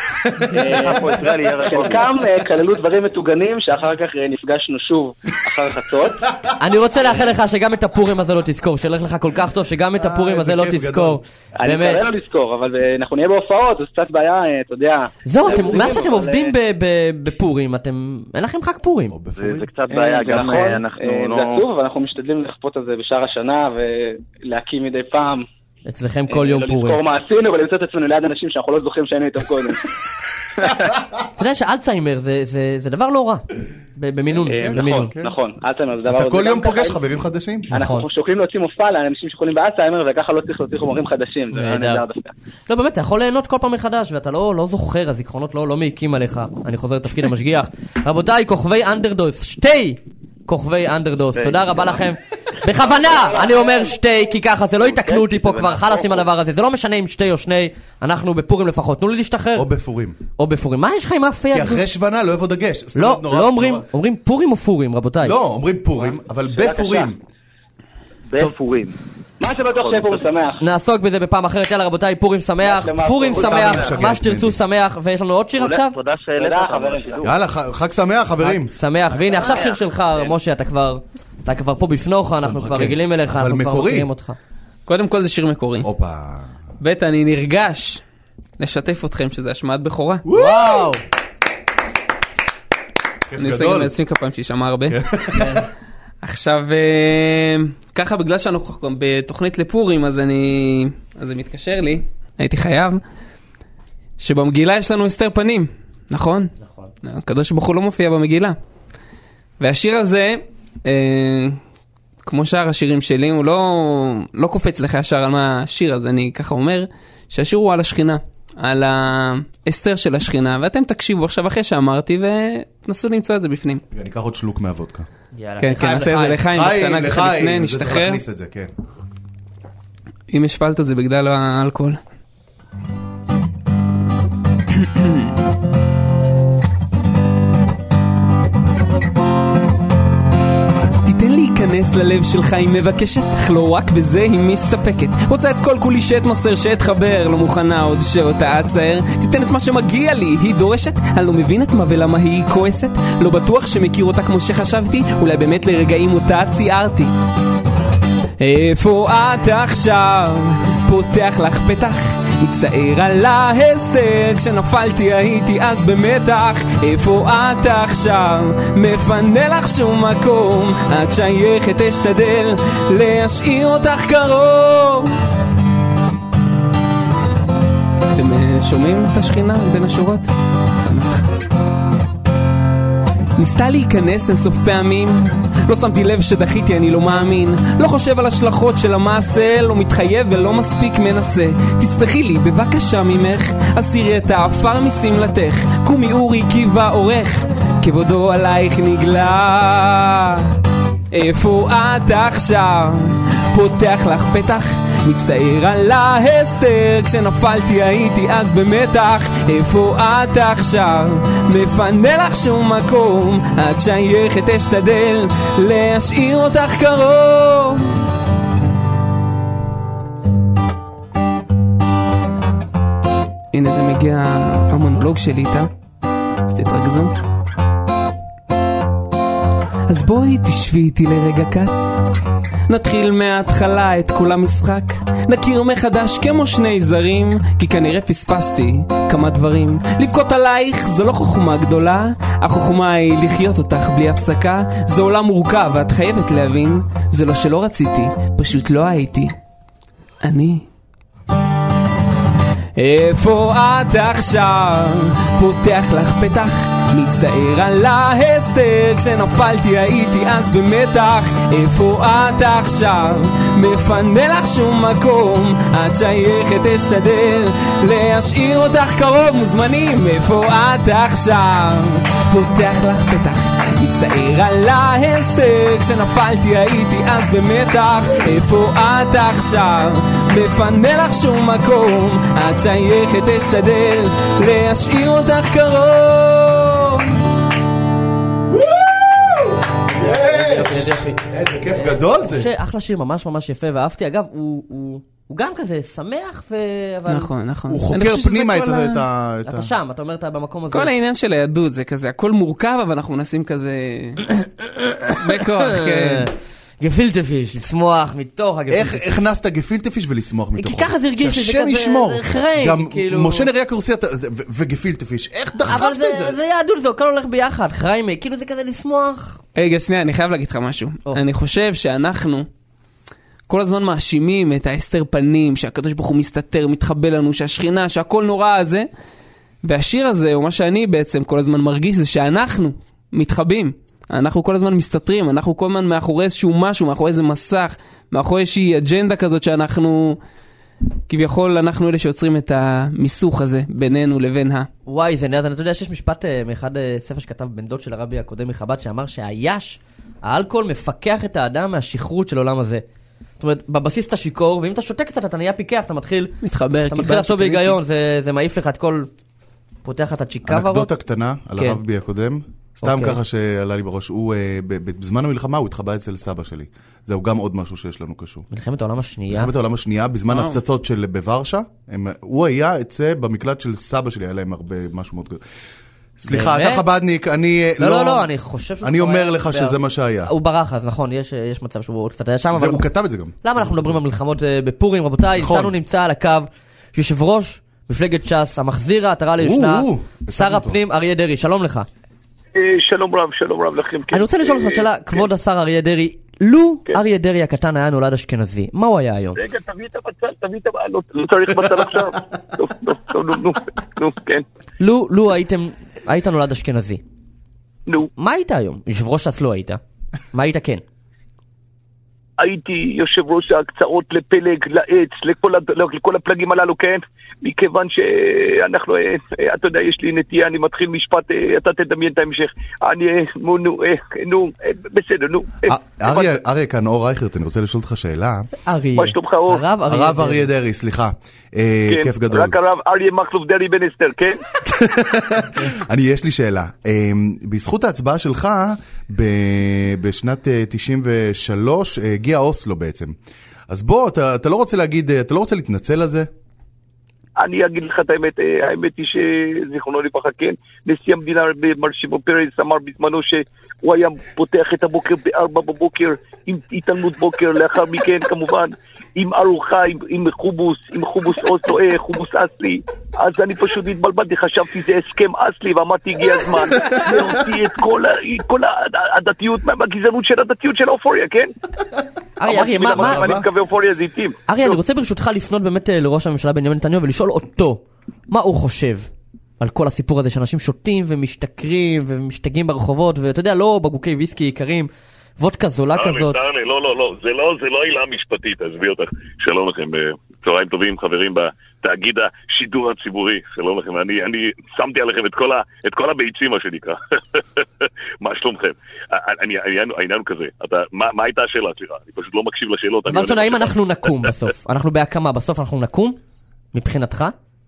חלקם כללו דברים מטוגנים, שאחר כך נפגשנו שוב אחר חצות. אני רוצה לאחל לך שגם את הפורים הזה לא תזכור, שילך לך כל כך טוב שגם את הפורים הזה לא תזכור. אני מקווה לא לזכור, אבל אנחנו נהיה בהופעות, אז קצת בעיה, אתה יודע. זהו, מאז שאתם עובדים בפורים, אין לכם חג פורים. זה קצת בעיה, גם אנחנו זה עצוב, אבל אנחנו משתדלים לחפות על זה בשאר השנה, ולהקים מדי פעם. אצלכם כל יום פורים. לא לזכור מה עשינו, ולמצוא את עצמנו ליד אנשים שאנחנו לא זוכרים שהיינו איתם קודם. אתה יודע שאלצהיימר זה דבר לא רע, במינון. נכון, אלצהיימר זה דבר... אתה כל יום פוגש חברים חדשים? אנחנו שוקלים להוציא מופע לאנשים שחולים באלצהיימר, וככה לא צריך להוציא חומרים חדשים. זה נהדר דווקא. לא, באמת, אתה יכול ליהנות כל פעם מחדש, ואתה לא זוכר, הזיכרונות לא מעיקים עליך. אני חוזר לתפקיד המשגיח. רבותיי, כוכבי אנדרדוס, שתי כוכבי אנדרדוס, תודה רבה לכם. בכוונה, אני אומר שתי, כי ככה, זה לא יתקנו אותי פה כבר, חלאס עם הדבר הזה, זה לא משנה אם שתי או שני, אנחנו בפורים לפחות, תנו לי להשתחרר. או בפורים. או בפורים, מה יש לך עם האפייה? כי אחרי שוונה לא יבוא דגש. לא אומרים פורים או פורים, רבותיי? לא, אומרים פורים, אבל בפורים. בפורים. מה שבטוח שיהיה פורים שמח. נעסוק בזה בפעם אחרת, יאללה רבותיי, פורים שמח, פורים שמח, מה שתרצו שמח, ויש לנו עוד שיר עכשיו? תודה שהעלית אותנו. יאללה, חג שמח חברים. שמח, והנה עכשיו שיר שלך, משה, אתה כבר פה בפנוך, אנחנו כבר רגילים אליך, אנחנו כבר מכירים אותך. קודם כל זה שיר מקורי. אופה. בית, אני נרגש לשתף אתכם שזה השמעת בכורה. וואו! אני עושה גם לעצמי כפיים שישמע הרבה. עכשיו, ככה בגלל שאנחנו בתוכנית לפורים, אז זה מתקשר לי, הייתי חייב, שבמגילה יש לנו אסתר פנים, נכון? נכון. הקדוש ברוך הוא לא מופיע במגילה. והשיר הזה, כמו שאר השירים שלי, הוא לא קופץ לך ישר על מה השיר, אז אני ככה אומר, שהשיר הוא על השכינה, על האסתר של השכינה, ואתם תקשיבו עכשיו אחרי שאמרתי, ותנסו למצוא את זה בפנים. אני אקח עוד שלוק מהוודקה. כן, נעשה את זה לחיים, בקטנה ככה לפני, נשתחרר. אם השפלת את זה בגלל האלכוהול. להיכנס ללב שלך היא מבקשת, אך לא רק בזה היא מסתפקת. רוצה את כל כולי שתמסר, שתחבר, לא מוכנה עוד שאותה אצער. תיתן את מה שמגיע לי, היא דורשת. אני לא מבין את מה ולמה היא כועסת. לא בטוח שמכיר אותה כמו שחשבתי, אולי באמת לרגעים אותה ציירתי. איפה את עכשיו? פותח לך פתח, מצטער על ההסתר, כשנפלתי הייתי אז במתח. איפה את עכשיו? מפנה לך שום מקום, את שייכת אשתדל להשאיר אותך קרוב. אתם שומעים את השכינה בין השורות? שמח. ניסתה להיכנס אינסוף פעמים, לא שמתי לב שדחיתי, אני לא מאמין. לא חושב על השלכות של המעשה, לא מתחייב ולא מספיק מנסה. תסלחי לי בבקשה ממך, הסירי את האפר מסמלתך. קומי אורי קיבה עורך, כבודו עלייך נגלה. איפה את עכשיו? פותח לך פתח, מצטער על ההסתר, כשנפלתי הייתי אז במתח. איפה את עכשיו? מפנה לך שום מקום, את שייכת אשתדל להשאיר אותך קרוב. הנה זה מגיע המונולוג שלי איתה, אז תתרכזו. אז בואי תשבי איתי לרגע קט, נתחיל מההתחלה את כל המשחק, נכיר מחדש כמו שני זרים, כי כנראה פספסתי כמה דברים. לבכות עלייך זו לא חוכמה גדולה, החוכמה היא לחיות אותך בלי הפסקה. זה עולם מורכב ואת חייבת להבין, זה לא שלא רציתי, פשוט לא הייתי אני. איפה את עכשיו? פותח לך פתח, מצטער על ההסתר, כשנפלתי הייתי אז במתח. איפה את עכשיו? מפנה לך שום מקום, את שייכת אשתדל להשאיר אותך קרוב. מוזמנים. איפה את עכשיו? פותח לך פתח, מצטער על ההסתר, כשנפלתי הייתי אז במתח. איפה את עכשיו? מפנה לך שום מקום, את שייכת אשתדל להשאיר אותך קרוב. איזה כיף גדול זה. אחלה שיר, ממש ממש יפה, ואהבתי. אגב, הוא גם כזה שמח, נכון, נכון. הוא חוקר פנימה את אתה שם, אתה אומר, אתה במקום הזה. כל העניין של היהדות זה כזה, הכל מורכב, אבל אנחנו מנסים כזה בכוח, כן. גפילטפיש, לשמוח מתוך הגפילטפיש. איך הכנסת גפילטפיש ולשמוח מתוכו? כי ככה זה הרגיש לי, שהשם ישמור. חריים, גם משה נריה קורסיה וגפילטפיש, איך דחפת את זה? אבל זה יהדות, זה הכל הולך ביחד, חריים, כאילו זה כזה לשמוח. רגע, שנייה, אני חייב להגיד לך משהו. אני חושב שאנחנו, כל הזמן מאשימים את האסתר פנים, שהקדוש ברוך הוא מסתתר, מתחבא לנו, שהשכינה, שהכל נורא הזה. והשיר הזה, או מה שאני בעצם כל הזמן מרגיש, זה שאנחנו מתחבאים. אנחנו כל הזמן מסתתרים, אנחנו כל הזמן מאחורי איזשהו משהו, מאחורי איזה מסך, מאחורי איזושהי אג'נדה כזאת שאנחנו, כביכול אנחנו אלה שיוצרים את המיסוך הזה בינינו לבין וואי, זה נראה, אתה יודע שיש משפט מאחד ספר שכתב בן דוד של הרבי הקודם מחב"ד, שאמר שהיש, האלכוהול מפקח את האדם מהשכרות של עולם הזה. זאת אומרת, בבסיס אתה שיקור, ואם אתה שותק קצת, אתה נהיה פיקח, אתה מתחיל לחשוב בהיגיון, זה מעיף לך את כל, פותח את הצ'יקה ורות. אנקדוטה קטנה על הרבי הקודם, סתם ככה שעלה לי בראש, הוא, בזמן המלחמה הוא התחבא אצל סבא שלי. זהו גם עוד משהו שיש לנו קשור. מלחמת העולם השנייה? מלחמת העולם השנייה, בזמן הפצצות של בוורשה, הוא היה אצא במקלט של סבא שלי, היה להם הרבה משהו מאוד גדול. סליחה, אתה חבדניק, אני לא, אני חושב שהוא... אני אומר לך שזה מה שהיה. הוא ברח, אז נכון, יש מצב שהוא קצת היה שם, אבל... הוא כתב את זה גם. למה אנחנו מדברים על מלחמות בפורים, רבותיי? איתנו נמצא על הקו יושב ראש מפלגת ש"ס, המחזיר העטרה ליושנה, שר הפנים אריה דרעי, שלום לך. שלום רב לכם. אני רוצה לשאול אותך שאלה, כבוד השר אריה דרעי, לו אריה דרעי הקטן היה נולד אשכנזי, מה הוא היה היום? רגע, תביא את הבצל, לא צריך בצל עכשיו. נו, כן. לו היית נולד אשכנזי. נו. מה היית היום? יושב ראש ש"ס לא היית. מה היית כן? הייתי יושב ראש ההקצאות לפלג, לעץ, לכל הפלגים הללו, כן? מכיוון שאנחנו, אתה יודע, יש לי נטייה, אני מתחיל משפט, אתה תדמיין את ההמשך. בסדר, נו. אריה כאן, אור רייכרט, אני רוצה לשאול אותך שאלה. אריה. מה שלומך, אור? הרב אריה דרעי, סליחה. כיף גדול. רק הרב אריה מכלוף דרעי בן אסתר, כן? יש לי שאלה. בזכות ההצבעה שלך, בשנת 93, הגיע אוסלו בעצם. אז בוא, אתה לא רוצה להגיד, אתה לא רוצה להתנצל על זה? אני אגיד לך את האמת, האמת היא שזיכרונו לברכה, כן, נשיא המדינה מר שמעון פרס אמר בזמנו שהוא היה פותח את הבוקר ב-4 בבוקר עם התעלמות בוקר, לאחר מכן כמובן עם ארוחה, עם חומוס אוסלו, חומוס אסלי. אז אני פשוט התבלבלתי, חשבתי זה הסכם אסלי, ואמרתי הגיע הזמן להוציא את כל הדתיות מהגזענות של הדתיות של האופוריה, כן? אריה, מה? אני מקווה אופוריה זיתים. אריה, אני רוצה ברשותך לפנות באמת לראש הממשלה בנימין נתניהו ולשאול אותו, מה הוא חושב על כל הסיפור הזה שאנשים שותים ומשתכרים ומשתגעים ברחובות, ואתה יודע, לא בקבוקי ויסקי יקרים, וודקה זולה כזאת. לא, זה לא עילה משפטית, עזבי אותך. שלום לכם, צהריים טובים חברים בתאגיד השידור הציבורי, שלום לכם, אני שמתי עליכם את כל הביצים, מה שנקרא. מה שלומכם? העניין הוא כזה, מה הייתה השאלה? סליחה, אני פשוט לא מקשיב לשאלות. דבר שונה, האם אנחנו נקום בסוף? אנחנו בהקמה, בסוף אנחנו נקום? מבחינתך?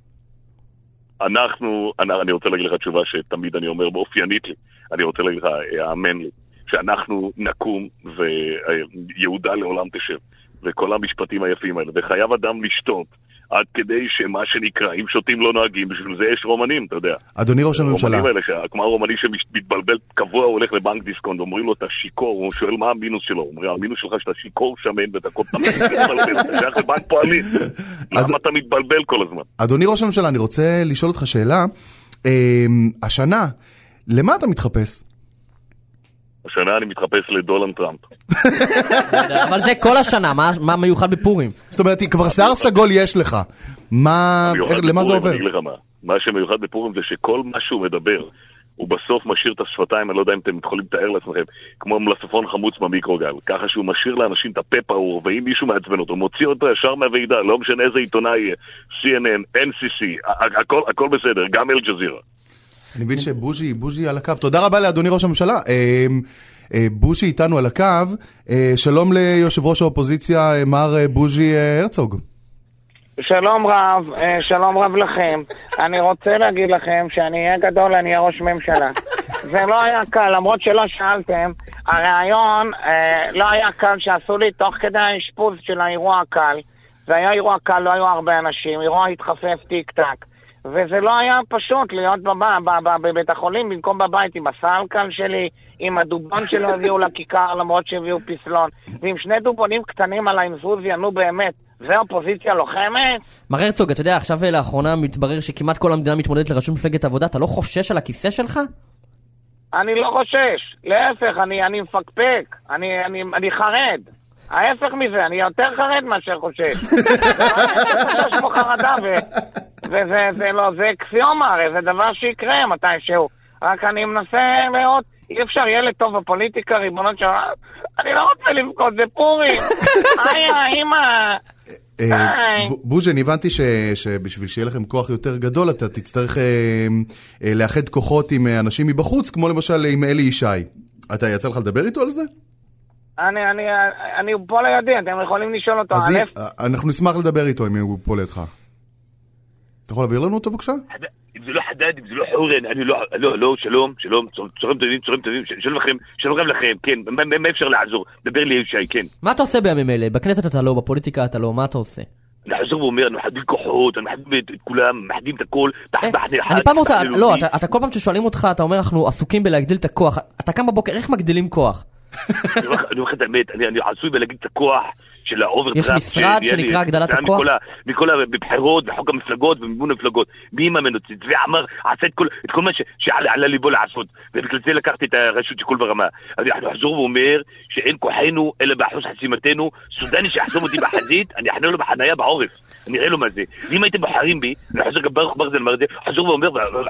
אני רוצה להגיד לך תשובה שתמיד אני אומר באופיינית לי, אני רוצה להגיד לך, האמן לי, שאנחנו נקום ויהודה לעולם תשב, וכל המשפטים היפים האלה, וחייב אדם לשתות, עד כדי שמה שנקרא, אם שותים לא נוהגים, בשביל זה יש רומנים, אתה יודע. אדוני ראש הממשלה. הרומנים האלה, כמו הרומני שמתבלבל קבוע, הוא הולך לבנק דיסקונט, ואומרים לו, אתה שיקור, הוא שואל מה המינוס שלו, הוא אומר, המינוס שלך שאתה שיקור שמן, ואתה כל פעם מתבלבל, אתה שייך לבנק פועלים. למה אתה מתבלבל כל הזמן? אדוני ראש הממשלה, אני רוצה לשאול אותך שאלה, השנה, למה אתה מתחפש? השנה אני מתחפש לדולנד טראמפ. אבל זה כל השנה, מה מיוחד בפורים? זאת אומרת, כבר שיער סגול יש לך. למה זה עובר? מה שמיוחד בפורים זה שכל מה שהוא מדבר, הוא בסוף משאיר את השפתיים, אני לא יודע אם אתם יכולים לתאר לעצמכם, כמו מלפפון חמוץ במיקרוגל, ככה שהוא משאיר לאנשים את הפה פעור, ואם מישהו מעצבן אותו, מוציא אותו ישר מהוועידה, לא משנה איזה עיתונאי, CNN, NCC, הכל בסדר, גם אל-ג'זירה. אני מבין שבוז'י על הקו. תודה רבה לאדוני ראש הממשלה. בוז'י איתנו על הקו. שלום ליושב ראש האופוזיציה, מר בוז'י הרצוג. שלום רב לכם. אני רוצה להגיד לכם שאני אהיה גדול, אני אהיה ראש ממשלה. זה לא היה קל, למרות שלא שאלתם. הרעיון לא היה קל שעשו לי תוך כדי האשפוז של האירוע הקל. זה היה אירוע קל, לא היו הרבה אנשים. אירוע התחפף טיק טק. וזה לא היה פשוט להיות בבית החולים במקום בבית עם הסלקל שלי, עם הדובון שלו הביאו לכיכר למרות שהביאו פסלון, ועם שני דובונים קטנים על האינפוזיה, נו באמת, זה אופוזיציה לוחמת? מר הרצוג, אתה יודע, עכשיו לאחרונה מתברר שכמעט כל המדינה מתמודדת לראשות מפלגת העבודה, אתה לא חושש על הכיסא שלך? אני לא חושש, להפך, אני מפקפק, אני חרד. ההפך מזה, אני יותר חרד מאשר חושב. זה כמו חרדה, וזה לא, זה אקסיומה, הרי זה דבר שיקרה מתישהו. רק אני מנסה מאוד, אי אפשר ילד טוב בפוליטיקה, ריבונות שם, אני לא רוצה לבכות, זה פורים. אמא. בוז'ן, הבנתי שבשביל שיהיה לכם כוח יותר גדול, אתה תצטרך לאחד כוחות עם אנשים מבחוץ, כמו למשל עם אלי ישי. אתה יצא לך לדבר איתו על זה? אני פה לידי, אתם יכולים לשאול אותו. אז אנחנו נשמח לדבר איתו אם הוא פה לידך. אתה יכול להעביר לנו אותו בבקשה? אם זה לא חדד, אם זה לא חורן, אני לא, שלום, צורים טובים, שלום גם לכם, כן, מה אפשר לעזור? דבר לי ישי, כן. מה אתה עושה בימים אלה? בכנסת אתה לא, בפוליטיקה אתה לא, מה אתה עושה? אני חוזר ואומר, אנחנו מחדים כוחות, אנחנו מחדים את כולם, מחדים את הכל, אני פעם רוצה, לא, אתה כל פעם ששואלים אותך, אתה אומר, אנחנו עסוקים בלהגדיל את הכוח, אתה קם בבוקר, איך מגדילים כוח? אני אומר לך את האמת, אני עשוי בלהגיד את הכוח של האוברדרפט. יש משרד שנקרא הגדלת הכוח? מכל הבחירות וחוק המפלגות ומימון המפלגות. מי יממן אותי? צבי עמר עשה את כל מה שעלה ליבו לעשות. ובגלל זה לקחתי את הרשות שכל ברמה. אני אחזור ואומר שאין כוחנו אלא באחוז חסימתנו. סודני שיחסום אותי בחזית, אני אחנה לו בחנייה בעורף. אני אראה לו מה זה. ואם הייתם בוחרים בי, אני חוזר גם ברוך ברזל מרזה, חזור ואומר,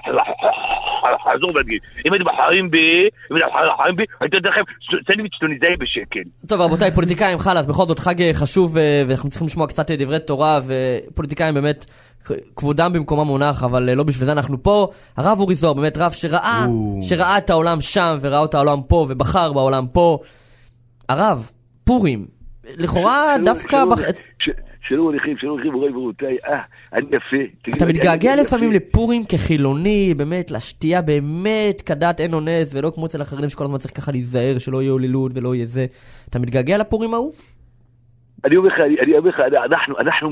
חזור ואדגיד. אם הייתם בוחרים בי, הייתם דרכם, סנדוויץ' טוניסאי בשקל. טוב, רבותיי, פוליטיקאים, חלאס, בכל זאת חג חשוב, ואנחנו צריכים לשמוע קצת דברי תורה, ופוליטיקאים באמת כבודם במקומם מונח, אבל לא בשביל זה אנחנו פה. הרב אורי זוהר, באמת רב שראה את העולם שם, וראה את העולם פה, ובחר בעולם פה. הרב, פורים, לכאורה דווקא... שלום עליכם, מוריי ורבותיי, אני יפה. אתה מתגעגע לפעמים לפורים כחילוני, באמת, לשתייה באמת כדת אין אונס, ולא כמו אצל החרדים שכל הזמן צריך ככה להיזהר, שלא יהיה הוללות ולא יהיה זה. אתה מתגעגע לפורים ההוא? אני אומר לך, אנחנו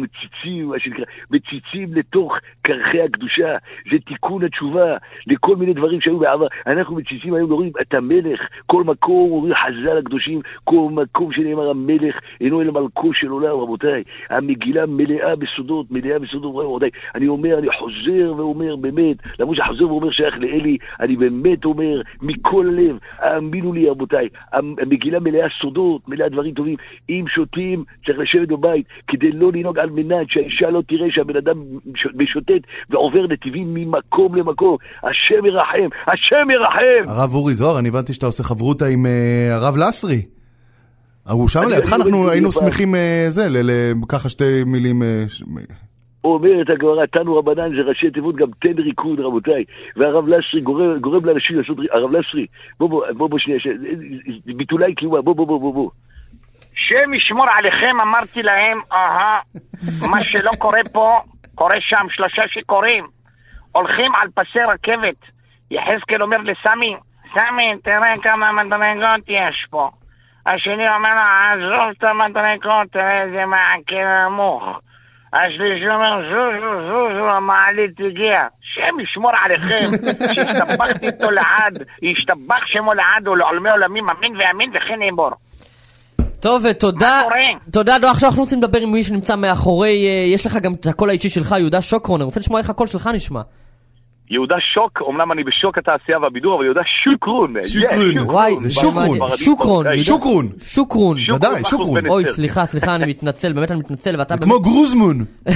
מציצים לתוך קרחי הקדושה, זה תיקון התשובה לכל מיני דברים שהיו בעבר. אנחנו מציצים היום, אומרים, אתה מלך, כל מקום, אומרים חז"ל הקדושים, כל מקום שנאמר המלך, אינו אלא מלכו של עולם, רבותיי. המגילה מלאה בסודות, רבותיי. אני חוזר ואומר, באמת, למרות שחוזר ואומר שייך לאלי, אני באמת אומר, מכל הלב, האמינו לי, רבותיי, המגילה מלאה סודות, מלאה דברים טובים, אם שותים, צריך לשבת בבית כדי לא לנהוג על מנת שהאישה לא תראה שהבן אדם משוטט ועובר נתיבים ממקום למקום. השם ירחם. הרב אורי זוהר, אני הבנתי שאתה עושה חברותה עם הרב לסרי. הוא שם לידך, אנחנו היינו שמחים ככה שתי מילים. אומרת הגמרא, תנו רבנן זה ראשי תיבות גם תן ריקוד, רבותיי. והרב לסרי גורם לאנשים לעשות, הרב לסרי, בוא שנייה, ביטולי קיומה, בוא. שם ישמור עליכם, אמרתי להם, מה שלא קורה פה, קורה שם. 3 שיכורים הולכים על פסי רכבת. יחזקאל אומר לסמי, תראה כמה מדרגות יש פה. השני אומר לו, עזוב את המדרגות, תראה איזה מעקל נמוך. השלישי אומר, זוזו, המעלית הגיע. שם ישמור עליכם, שיסתבחתי איתו לעד, ישתבח שמו לעד ולעולמי עולמים, אמן ואמן וכן יבור. טוב, תודה, עכשיו אנחנו רוצים לדבר עם מי שנמצא מאחורי, יש לך גם את הקול האישי שלך, יהודה שוקרון, אני רוצה לשמוע איך הקול שלך נשמע. יהודה שוק, אמנם אני בשוק התעשייה והבידור, אבל יהודה שוקרון. וואי, זה שוקרון, ודאי, שוקרון. אוי, סליחה, אני מתנצל, באמת אני מתנצל, ואתה... כמו גרוזמון.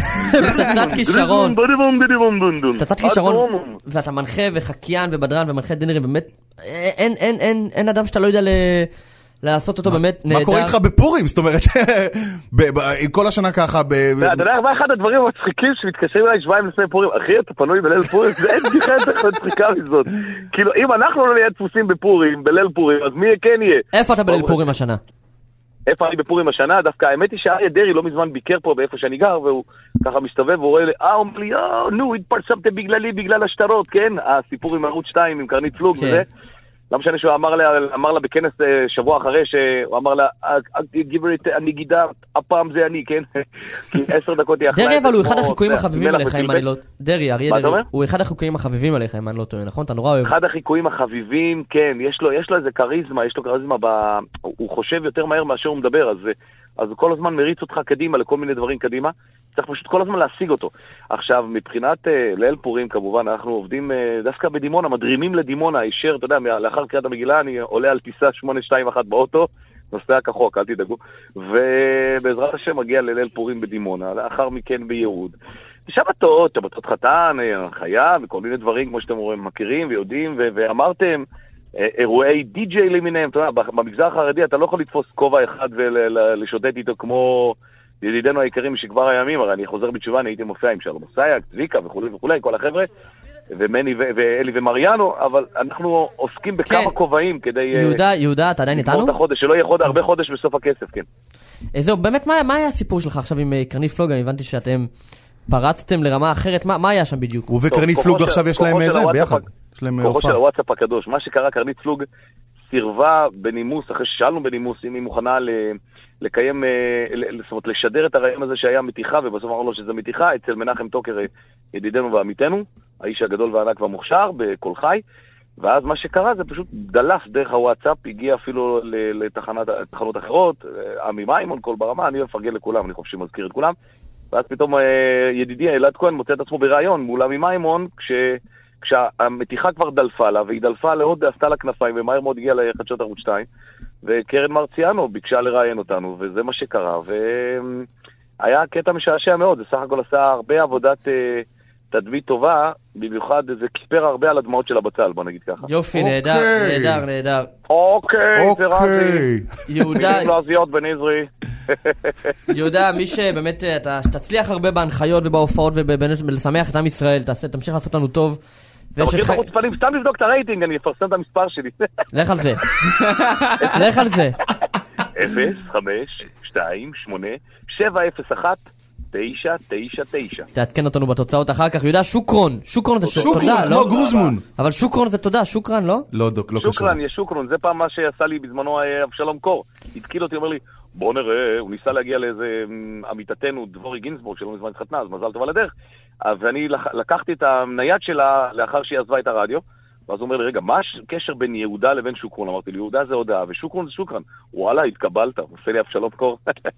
פצצת כישרון, ואתה מנחה וחקיין ובדרן ומנחה דינרים, באמת, אין אדם שאתה לא יודע לעשות אותו באמת נהדר. מה קורה איתך בפורים? זאת אומרת, כל השנה ככה... אתה יודע, מה אחד הדברים המצחיקים שמתקשרים אליי 7 לפני פורים? אחי, אתה פנוי בליל פורים? זה אין בדיחה יותר מצחיקה מזאת. כאילו, אם אנחנו לא נהיה דפוסים בפורים, בליל פורים, אז מי כן יהיה? איפה אתה בליל פורים השנה? איפה אני בפורים השנה? דווקא האמת היא שאריה דרי לא מזמן ביקר פה באיפה שאני גר, והוא ככה מסתובב והוא רואה לי, אומר לי, נו, התפרסמתם בגלל השטרות, כן? הסיפור עם ערוץ 2, עם קרנית פלוג וזה. לא משנה שהוא אמר לה בכנס שבוע אחרי שהוא אמר לה, גברת הנגידה, הפעם זה אני, כן? כי 10 דקות היא אחלה. דרי, אבל הוא אחד החיקויים החביבים עליך, אם אני לא... דרי, אריה דרי, הוא אחד החיקויים החביבים עליך, אם אני לא טועה, נכון? אתה נורא אוהב. אחד החיקויים החביבים, כן, יש לו איזה קריזמה, הוא חושב יותר מהר מאשר הוא מדבר, אז הוא כל הזמן מריץ אותך קדימה, לכל מיני דברים קדימה, צריך פשוט כל הזמן להשיג אותו. עכשיו, מבחינת ליל פורים, כמובן, אנחנו עובדים דווקא בדימונה, מדרימים לדימונה, אישר, אתה יודע, לאחר קריאת המגילה, אני עולה על טיסה 821 באוטו, נוסע כחוק, אל תדאגו. ובעזרת השם מגיע לליל פורים בדימונה, לאחר מכן ביהוד. שבתות חתן, חיה וכל מיני דברים כמו שאתם מכירים ויודעים, ואמרתם, אירועי די-ג'יי למיניהם, אתה יודע, במגזר החרדי אתה לא יכול לתפוס כובע אחד ולשוטט איתו כמו ידידינו היקרים משכבר הימים, הרי אני חוזר בתשובה, אני הייתי מופיע עם שלום סייק, צביקה וכולי, כל החבר'ה, ומני ואלי ומריאנו, אבל אנחנו עוסקים בכמה כובעים כדי... יהודה, אתה עדיין איתנו? שלא יהיה הרבה חודש בסוף הכסף, כן. זהו, באמת, מה היה הסיפור שלך עכשיו עם קרנית פלוג? אני הבנתי שאתם פרצתם לרמה אחרת, מה היה שם בדיוק? וקרנית פלוג עכשיו יש להם איזה ביחד. כוחות של הוואטסאפ הקדוש. מה שקרה, קרנית פלוג סירבה בנימוס, אחרי ששאלנו בנימוס אם היא מוכנה לקיים, זאת אומרת, לשדר את הרעיון הזה שהיה מתיחה, ובסוף אמרו לו שזה מתיחה, אצל מנחם טוקר, ידידנו ועמיתנו, האיש הגדול והענק והמוכשר, בכל חי, ואז מה שקרה זה פשוט דלף דרך הוואטסאפ, הגיע אפילו לתחנות אחרות, עמי מימון, כל ברמה, אני מפרגן לכולם, אני חופשי מזכיר את כולם, ואז פתאום ידידי אלעד כהן מוצא את עצמו ברעיון מול עמי מימון, כשהמתיחה כבר דלפה לה, והיא דלפה לעוד, עשתה לה כנפיים, ומהר מאוד הגיעה לחדשות ערוץ 2, וקרן מרציאנו ביקשה לראיין אותנו, וזה מה שקרה, והיה קטע משעשע מאוד, זה סך הכל עשה הרבה עבודת תדמית טובה, במיוחד זה כיפר הרבה על הדמעות של הבצל, בוא נגיד ככה. יופי, נהדר. אוקיי, זה רזי. יהודה... לזיות בנזרי. יהודה, מי שבאמת, אתה תצליח הרבה בהנחיות ובהופעות, ובאמת לשמח את עם ישראל, תמשיך לעשות לנו טוב. אתה מכיר את החוצפנים, סתם לבדוק את הרייטינג, אני אפרסם את המספר שלי. לך על זה. 0, 5, 2, 8, 7, 0, 1, 9, 9, 9. תעדכן אותנו בתוצאות אחר כך. יהודה, שוקרון זה תודה, לא? כמו גרוזמון. אבל שוקרון זה תודה, שוקרן, לא? לא קשור. שוקרן, זה פעם מה שעשה לי בזמנו אבשלום קור. התקיל אותי, אומר לי, בוא נראה, הוא ניסה להגיע לאיזה עמיתתנו, דבורי גינסבורג, שלא מזמן התחתנה, אז מזל טוב על הדרך. ואני לקחתי את הנייד שלה לאחר שהיא עזבה את הרדיו, ואז הוא אומר לי, רגע, מה הקשר בין יהודה לבין שוקרון? אמרתי לי, יהודה זה הודעה, ושוקרון זה שוקרן. וואלה, התקבלת, עושה לי אבשלום קור.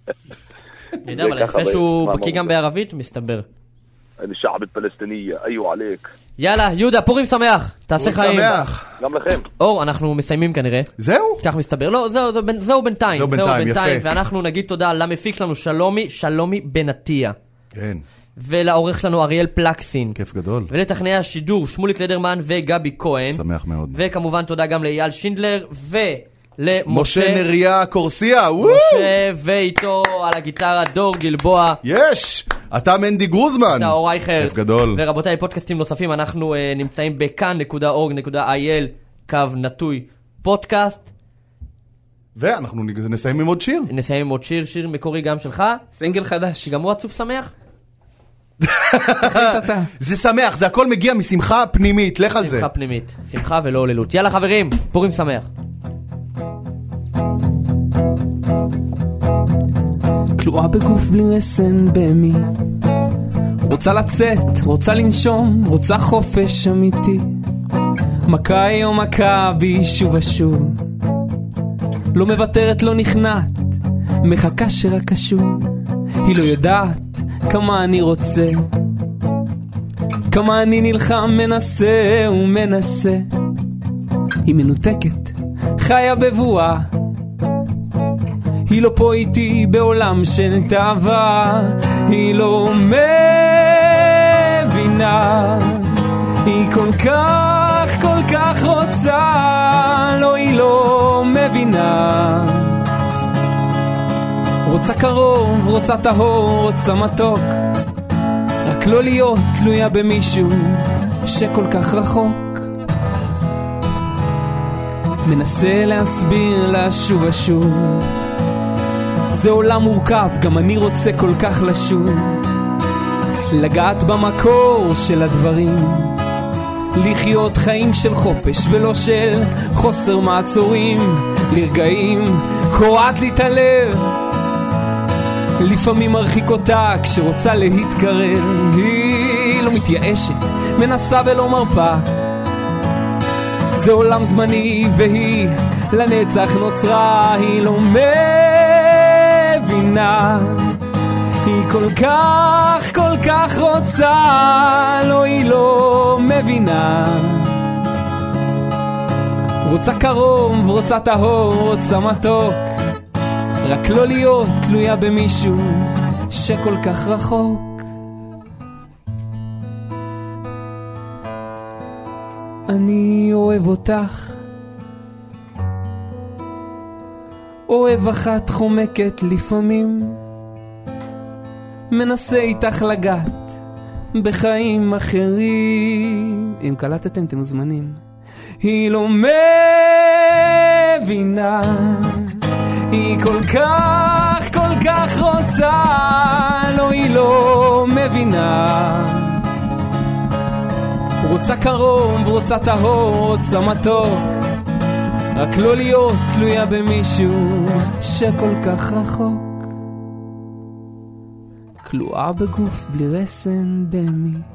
יודע, אבל לפני שהוא בקיא גם בערבית, מסתבר. الشعب الفلسطيني أيو عليك. יאללה, יהודה, פורים שמח. תעשה חיים. גם לכם. אור, אנחנו מסיימים כנראה. זהו? כך מסתבר. לא, זהו בינתיים. זהו בינתיים, יפה. ואנחנו נגיד תודה למפיק שלנו, שלומי בנתיה. כן. ולעורך שלנו אריאל פלקסין. כיף גדול. ולטכנאי השידור, שמוליק לדרמן וגבי כהן. שמח מאוד. וכמובן תודה גם לאייל שינדלר משה נריה קורסיה, משה ואיתו על הגיטרה דור גלבוע. יש! אתה מנדי גרוזמן. אתה אור אייכר. כיף גדול. ורבותיי, פודקאסטים נוספים, אנחנו נמצאים בכאן.org.il/פודקאסט. ואנחנו נסיים עם עוד שיר. נסיים עם עוד שיר מקורי גם שלך. סינגל חדש. שגם הוא עצוב שמח. זה שמח, זה הכל מגיע משמחה פנימית, לך על זה. שמחה פנימית, שמחה ולא הוללות. יאללה חברים, פורים שמח. כלואה בגוף בלי רסן במי, רוצה לצאת, רוצה לנשום, רוצה חופש אמיתי, מכה היום מכה בי שוב ושוב, לא מוותרת לא נכנעת, מחכה שרק אשוב, היא לא יודעת כמה אני רוצה, כמה אני נלחם מנסה ומנסה, היא מנותקת חיה בבואה, היא לא פה איתי בעולם של תאווה, היא לא מבינה, היא כל כך רוצה, לא היא לא מבינה, רוצה קרוב, רוצה טהור, רוצה מתוק, רק לא להיות תלויה במישהו שכל כך רחוק, מנסה להסביר לה שוב ושוב, זה עולם מורכב, גם אני רוצה כל כך לשוב, לגעת במקור של הדברים, לחיות חיים של חופש ולא של חוסר מעצורים, לרגעים קורעת לי את הלב, לפעמים מרחיק אותה כשרוצה להתקרב, היא לא מתייאשת, מנסה ולא מרפה, זה עולם זמני והיא לנצח נוצרה, היא לא מבינה, היא כל כך רוצה, לא היא לא מבינה, רוצה קרוב, רוצה טהור, רוצה מתוק, רק לא להיות תלויה במישהו שכל כך רחוק. אני אוהב אותך, אוהב אחת חומקת לפעמים, מנסה איתך לגעת בחיים אחרים. אם קלטתם אתם מוזמנים. היא לא מבינה, היא כל כך רוצה, לא היא לא מבינה. רוצה קרוב, רוצה טהור, רוצה מתוק, רק לא להיות תלויה במישהו שכל כך רחוק. כלואה בגוף בלי רסן במי